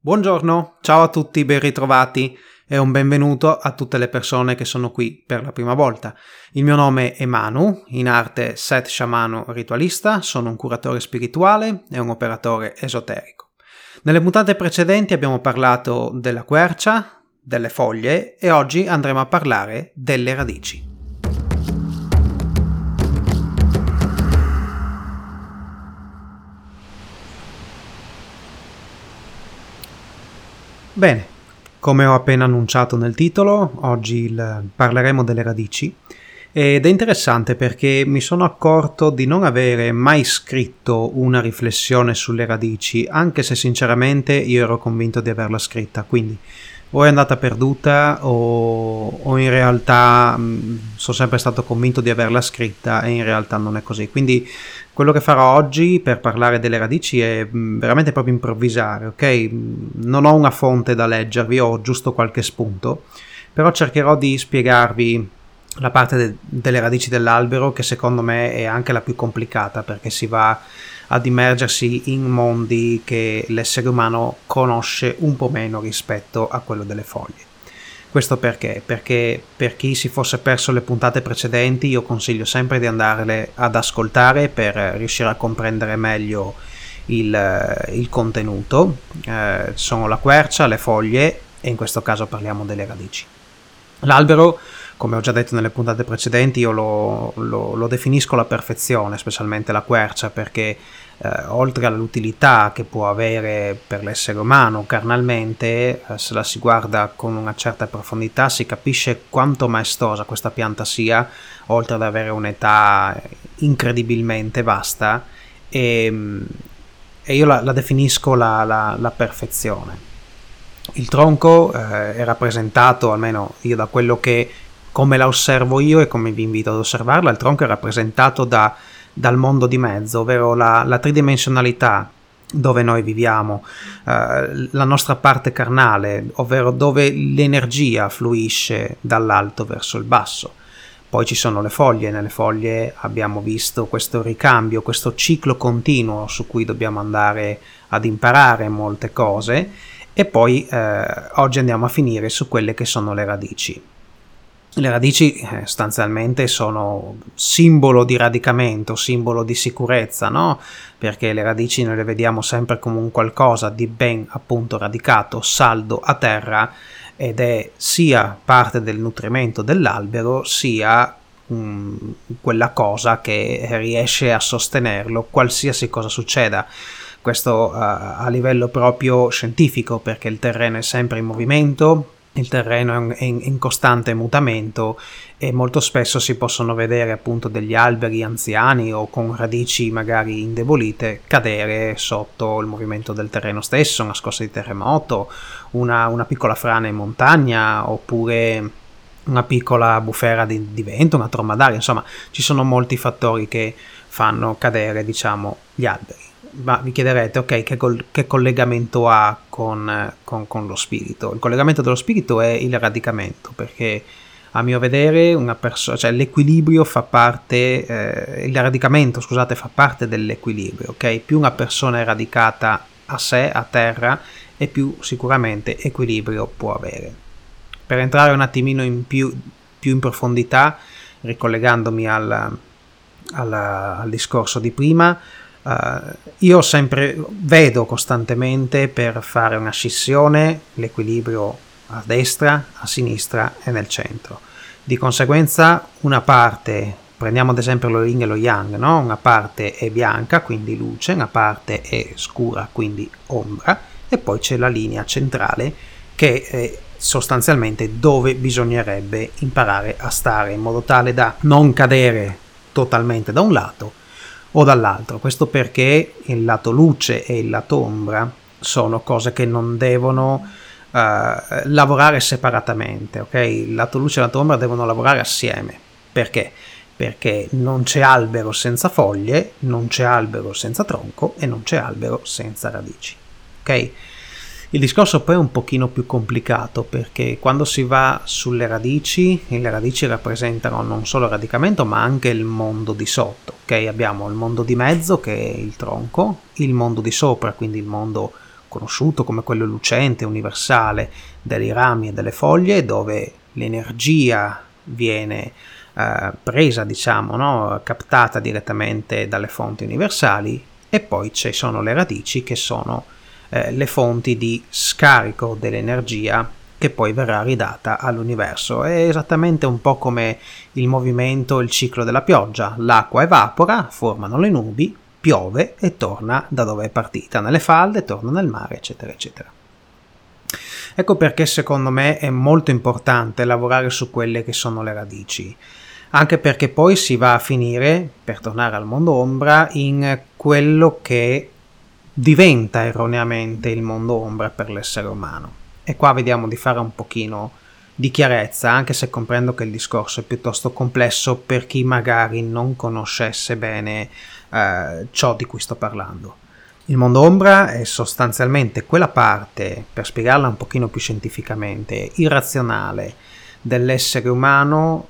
Buongiorno, ciao a tutti, ben ritrovati e un benvenuto a tutte le persone che sono qui per la prima volta. Il mio nome è Manu, in arte Set Sciamano Ritualista, sono un curatore spirituale e un operatore esoterico. Nelle puntate precedenti abbiamo parlato della quercia, delle foglie e oggi andremo a parlare delle radici. Bene, come ho appena annunciato nel titolo, oggi parleremo delle radici ed è interessante perché mi sono accorto di non avere mai scritto una riflessione sulle radici, anche se sinceramente io ero convinto di averla scritta, quindi o è andata perduta o in realtà sono sempre stato convinto di averla scritta e in realtà non è così. Quindi quello che farò oggi per parlare delle radici è veramente proprio improvvisare, ok? Non ho una fonte da leggervi, ho giusto qualche spunto, però cercherò di spiegarvi la parte delle radici dell'albero che secondo me è anche la più complicata perché si va ad immergersi in mondi che l'essere umano conosce un po' meno rispetto a quello delle foglie. Questo perché? Perché per chi si fosse perso le puntate precedenti io consiglio sempre di andarle ad ascoltare per riuscire a comprendere meglio il contenuto. Sono la quercia, le foglie e in questo caso parliamo delle radici. L'albero, come ho già detto nelle puntate precedenti, io lo definisco alla perfezione, specialmente la quercia, perché oltre all'utilità che può avere per l'essere umano carnalmente, se la si guarda con una certa profondità si capisce quanto maestosa questa pianta sia, oltre ad avere un'età incredibilmente vasta, e io la definisco la perfezione. Il tronco è rappresentato, almeno io da quello che come la osservo io e come vi invito ad osservarla, il tronco è rappresentato dal mondo di mezzo, ovvero la tridimensionalità dove noi viviamo, la nostra parte carnale, ovvero dove l'energia fluisce dall'alto verso il basso. Poi ci sono le foglie, nelle foglie abbiamo visto questo ricambio, questo ciclo continuo su cui dobbiamo andare ad imparare molte cose e poi oggi andiamo a finire su quelle che sono le radici. Le radici sostanzialmente sono simbolo di radicamento, simbolo di sicurezza, no? Perché le radici noi le vediamo sempre come un qualcosa di ben appunto radicato, saldo a terra ed è sia parte del nutrimento dell'albero sia quella cosa che riesce a sostenerlo qualsiasi cosa succeda. Questo a livello proprio scientifico perché il terreno è sempre in movimento, il terreno è in costante mutamento e molto spesso si possono vedere appunto degli alberi anziani o con radici magari indebolite cadere sotto il movimento del terreno stesso, una scossa di terremoto, una piccola frana in montagna oppure una piccola bufera di vento, una tromba d'aria, insomma ci sono molti fattori che fanno cadere diciamo gli alberi. Ma vi chiederete, ok, che collegamento ha con lo spirito? Il collegamento dello spirito è il radicamento, perché a mio vedere una persona, cioè l'equilibrio fa parte, il radicamento, scusate, fa parte dell'equilibrio, ok? Più una persona è radicata a sé, a terra, e più sicuramente equilibrio può avere. Per entrare un attimino più in profondità, ricollegandomi al discorso di prima, io sempre vedo costantemente per fare una scissione l'equilibrio a destra, a sinistra e nel centro. Di conseguenza una parte, prendiamo ad esempio lo yin e lo yang, no? Una parte è bianca, quindi luce, una parte è scura, quindi ombra, e poi c'è la linea centrale che è sostanzialmente dove bisognerebbe imparare a stare in modo tale da non cadere totalmente da un lato o dall'altro. Questo perché il lato luce e il lato ombra sono cose che non devono lavorare separatamente, ok? Il lato luce e il lato ombra devono lavorare assieme. Perché? Perché non c'è albero senza foglie, non c'è albero senza tronco e non c'è albero senza radici, ok? Il discorso poi è un pochino più complicato perché quando si va sulle radici, le radici rappresentano non solo il radicamento ma anche il mondo di sotto, ok? Abbiamo il mondo di mezzo che è il tronco, il mondo di sopra, quindi il mondo conosciuto come quello lucente, universale, dei rami e delle foglie, dove l'energia viene presa, diciamo, no? Captata direttamente dalle fonti universali, e poi ci sono le radici, che sono le fonti di scarico dell'energia che poi verrà ridata all'universo. È esattamente un po' come il movimento, il ciclo della pioggia: l'acqua evapora, formano le nubi, piove e torna da dove è partita, nelle falde, torna nel mare, eccetera eccetera. Ecco perché secondo me è molto importante lavorare su quelle che sono le radici, anche perché poi si va a finire, per tornare al mondo ombra, in quello che diventa erroneamente il mondo ombra per l'essere umano. E qua vediamo di fare un pochino di chiarezza, anche se comprendo che il discorso è piuttosto complesso per chi magari non conoscesse bene ciò di cui sto parlando. Il mondo ombra è sostanzialmente quella parte, per spiegarla un pochino più scientificamente, irrazionale dell'essere umano,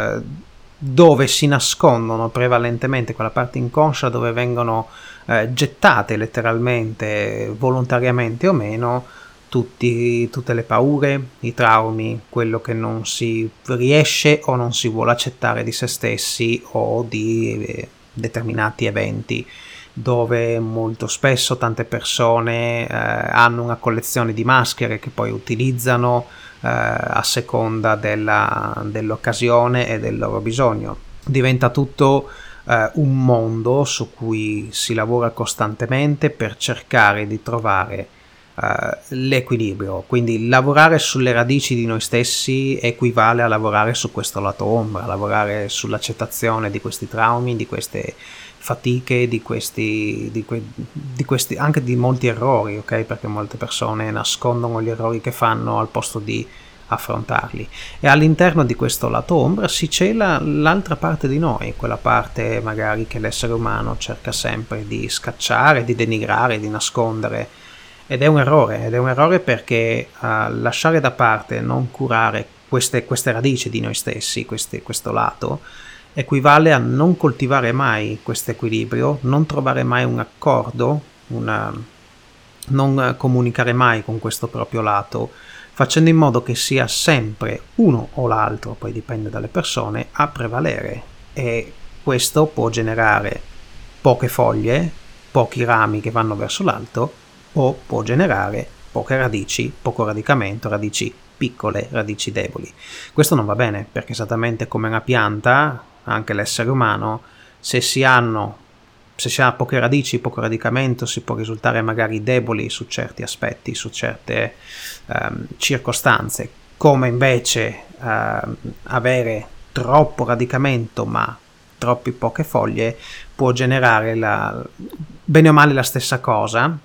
dove si nascondono prevalentemente, quella parte inconscia dove vengono gettate letteralmente, volontariamente o meno, tutte le paure, i traumi, quello che non si riesce o non si vuole accettare di se stessi o di determinati eventi, dove molto spesso tante persone hanno una collezione di maschere che poi utilizzano a seconda dell'occasione e del loro bisogno. Diventa tutto un mondo su cui si lavora costantemente per cercare di trovare l'equilibrio. Quindi lavorare sulle radici di noi stessi equivale a lavorare su questo lato ombra, lavorare sull'accettazione di questi traumi, di queste fatiche, di questi anche di molti errori, ok? Perché molte persone nascondono gli errori che fanno al posto di affrontarli, e all'interno di questo lato ombra si cela l'altra parte di noi, quella parte magari che l'essere umano cerca sempre di scacciare, di denigrare, di nascondere, ed è un errore perché lasciare da parte, non curare queste radici di noi stessi, questo lato, equivale a non coltivare mai questo equilibrio, non trovare mai un accordo, non comunicare mai con questo proprio lato, facendo in modo che sia sempre uno o l'altro, poi dipende dalle persone, a prevalere, e questo può generare poche foglie, pochi rami che vanno verso l'alto, o può generare poche radici, poco radicamento, radici piccole, radici deboli. Questo non va bene, perché esattamente come una pianta, anche l'essere umano, se si ha poche radici, poco radicamento, si può risultare magari deboli su certi aspetti, su certe circostanze, come invece avere troppo radicamento ma troppo poche foglie può generare bene o male la stessa cosa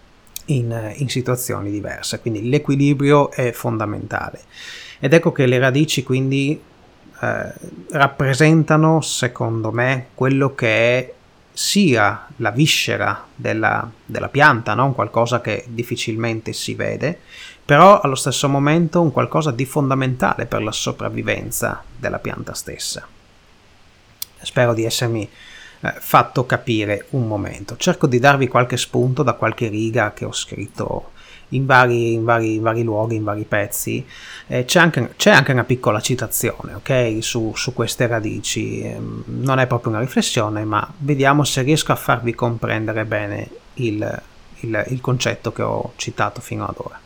in situazioni diverse. Quindi l'equilibrio è fondamentale, ed ecco che le radici quindi rappresentano, secondo me, quello che è sia la viscera della pianta, non qualcosa che difficilmente si vede, però allo stesso momento un qualcosa di fondamentale per la sopravvivenza della pianta stessa. Spero di essermi fatto capire un momento. Cerco di darvi qualche spunto da qualche riga che ho scritto in vari luoghi, in vari pezzi. C'è anche una piccola citazione, ok, su queste radici. Non è proprio una riflessione, ma vediamo se riesco a farvi comprendere bene il concetto che ho citato fino ad ora.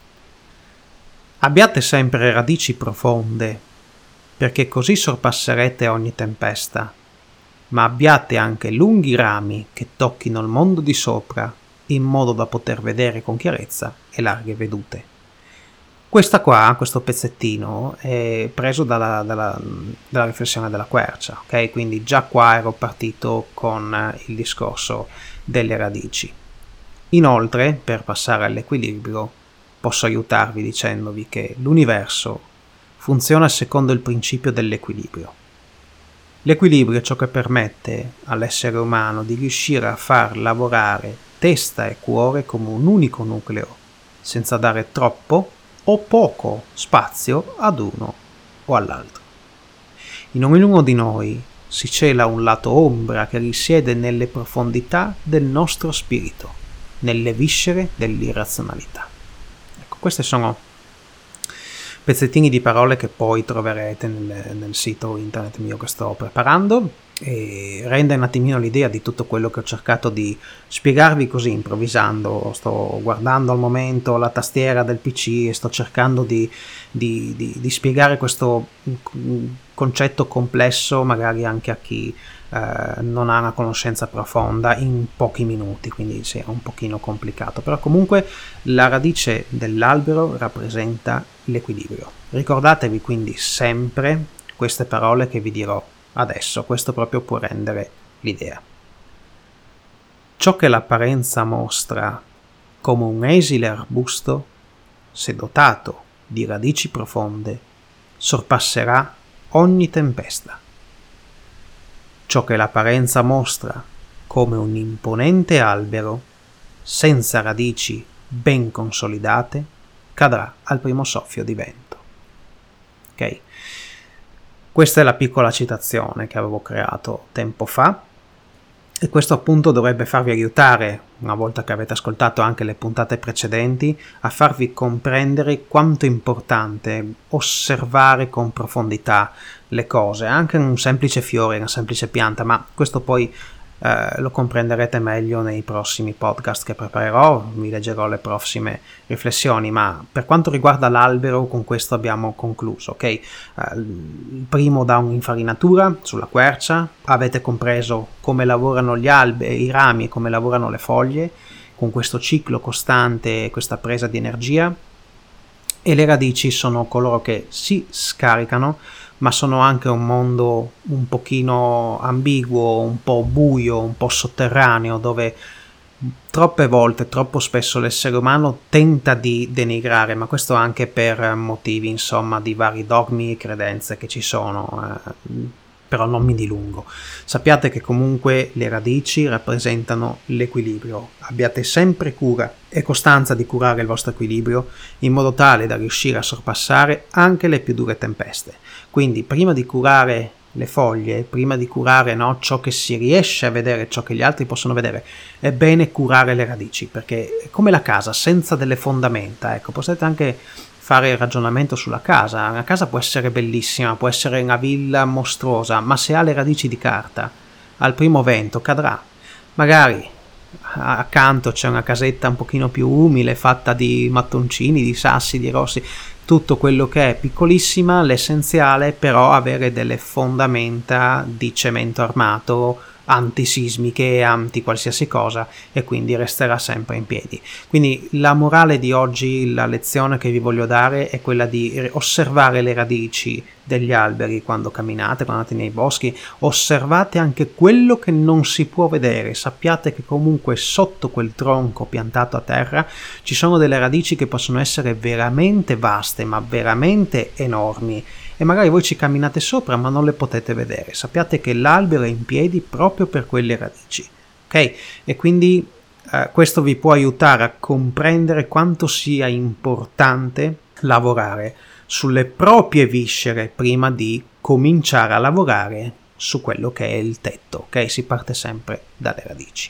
Abbiate sempre radici profonde, perché così sorpasserete ogni tempesta, ma abbiate anche lunghi rami che tocchino il mondo di sopra, in modo da poter vedere con chiarezza e larghe vedute. Questo pezzettino è preso dalla riflessione della Quercia, ok? Quindi già qua ero partito con il discorso delle radici. Inoltre, per passare all'equilibrio, posso aiutarvi dicendovi che l'universo funziona secondo il principio dell'equilibrio. L'equilibrio è ciò che permette all'essere umano di riuscire a far lavorare testa e cuore come un unico nucleo, senza dare troppo o poco spazio ad uno o all'altro. In ognuno di noi si cela un lato ombra che risiede nelle profondità del nostro spirito, nelle viscere dell'irrazionalità. Ecco, questi sono pezzettini di parole che poi troverete nel sito internet mio che sto preparando, e rende un attimino l'idea di tutto quello che ho cercato di spiegarvi così improvvisando. Sto guardando al momento la tastiera del PC e sto cercando di spiegare questo concetto complesso magari anche a chi non ha una conoscenza profonda in pochi minuti, quindi sì, è un pochino complicato, però comunque la radice dell'albero rappresenta l'equilibrio. Ricordatevi quindi sempre queste parole che vi dirò adesso, questo proprio può rendere l'idea. Ciò che l'apparenza mostra come un esile arbusto, se dotato di radici profonde, sorpasserà ogni tempesta. Ciò che l'apparenza mostra come un imponente albero, senza radici ben consolidate, cadrà al primo soffio di vento. Ok? Questa è la piccola citazione che avevo creato tempo fa, e questo appunto dovrebbe farvi aiutare, una volta che avete ascoltato anche le puntate precedenti, a farvi comprendere quanto è importante osservare con profondità le cose, anche un semplice fiore, una semplice pianta, ma questo poi lo comprenderete meglio nei prossimi podcast che preparerò, vi leggerò le prossime riflessioni, ma per quanto riguarda l'albero con questo abbiamo concluso, ok? Il primo da un'infarinatura sulla quercia, avete compreso come lavorano gli alberi, i rami e come lavorano le foglie, con questo ciclo costante, questa presa di energia, e le radici sono coloro che si scaricano, ma sono anche un mondo un pochino ambiguo, un po' buio, un po' sotterraneo, dove troppe volte, troppo spesso l'essere umano tenta di denigrare, ma questo anche per motivi, insomma, di vari dogmi e credenze che ci sono, però non mi dilungo. Sappiate che comunque le radici rappresentano l'equilibrio. Abbiate sempre cura e costanza di curare il vostro equilibrio in modo tale da riuscire a sorpassare anche le più dure tempeste. Quindi prima di curare le foglie, prima di curare ciò che si riesce a vedere, ciò che gli altri possono vedere, è bene curare le radici, perché è come la casa senza delle fondamenta. Ecco, potete anche fare il ragionamento sulla casa. Una casa può essere bellissima, può essere una villa mostruosa, ma se ha le radici di carta, al primo vento cadrà. Magari accanto c'è una casetta un pochino più umile, fatta di mattoncini, di sassi, di rossi, tutto quello che è piccolissima, l'essenziale però avere delle fondamenta di cemento armato, antisismiche, anti qualsiasi cosa, e quindi resterà sempre in piedi. Quindi la morale di oggi, la lezione che vi voglio dare è quella di osservare le radici degli alberi quando camminate, quando andate nei boschi. Osservate anche quello che non si può vedere, sappiate che comunque sotto quel tronco piantato a terra ci sono delle radici che possono essere veramente vaste, ma veramente enormi, e magari voi ci camminate sopra ma non le potete vedere. Sappiate che l'albero è in piedi proprio per quelle radici, ok? E quindi questo vi può aiutare a comprendere quanto sia importante lavorare sulle proprie viscere prima di cominciare a lavorare su quello che è il tetto, ok? Si parte sempre dalle radici.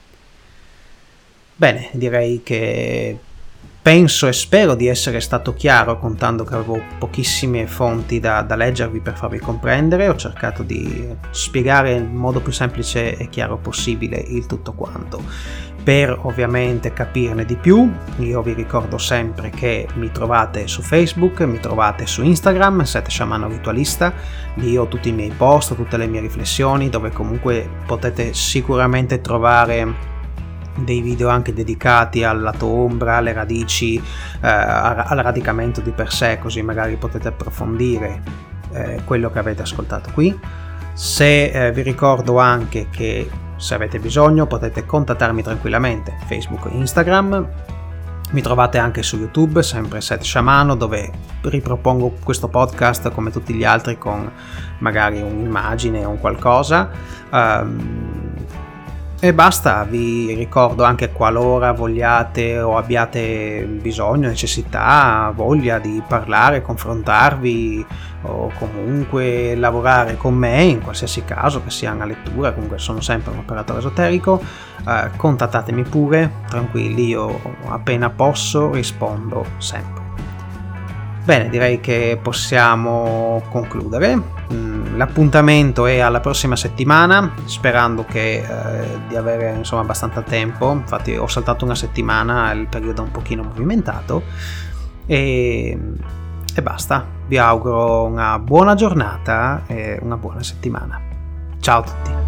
Bene, direi che penso e spero di essere stato chiaro, contando che avevo pochissime fonti da leggervi per farvi comprendere. Ho cercato di spiegare in modo più semplice e chiaro possibile il tutto quanto. Per ovviamente capirne di più, io vi ricordo sempre che mi trovate su Facebook, mi trovate su Instagram, siete Sciamano Ritualista, lì ho tutti i miei post, tutte le mie riflessioni, dove comunque potete sicuramente trovare dei video anche dedicati al lato ombra, alle radici, al radicamento di per sé, così magari potete approfondire quello che avete ascoltato qui. Se vi ricordo anche che se avete bisogno potete contattarmi tranquillamente, Facebook e Instagram. Mi trovate anche su YouTube, sempre Set Sciamano, dove ripropongo questo podcast come tutti gli altri con magari un'immagine o un qualcosa. E basta, vi ricordo anche qualora vogliate o abbiate bisogno, necessità, voglia di parlare, confrontarvi o comunque lavorare con me, in qualsiasi caso, che sia una lettura, comunque sono sempre un operatore esoterico, contattatemi pure, tranquilli, io appena posso rispondo sempre. Bene, direi che possiamo concludere. L'appuntamento è alla prossima settimana, sperando di avere insomma abbastanza tempo. Infatti ho saltato una settimana, il periodo è un pochino movimentato e basta. Vi auguro una buona giornata e una buona settimana. Ciao a tutti.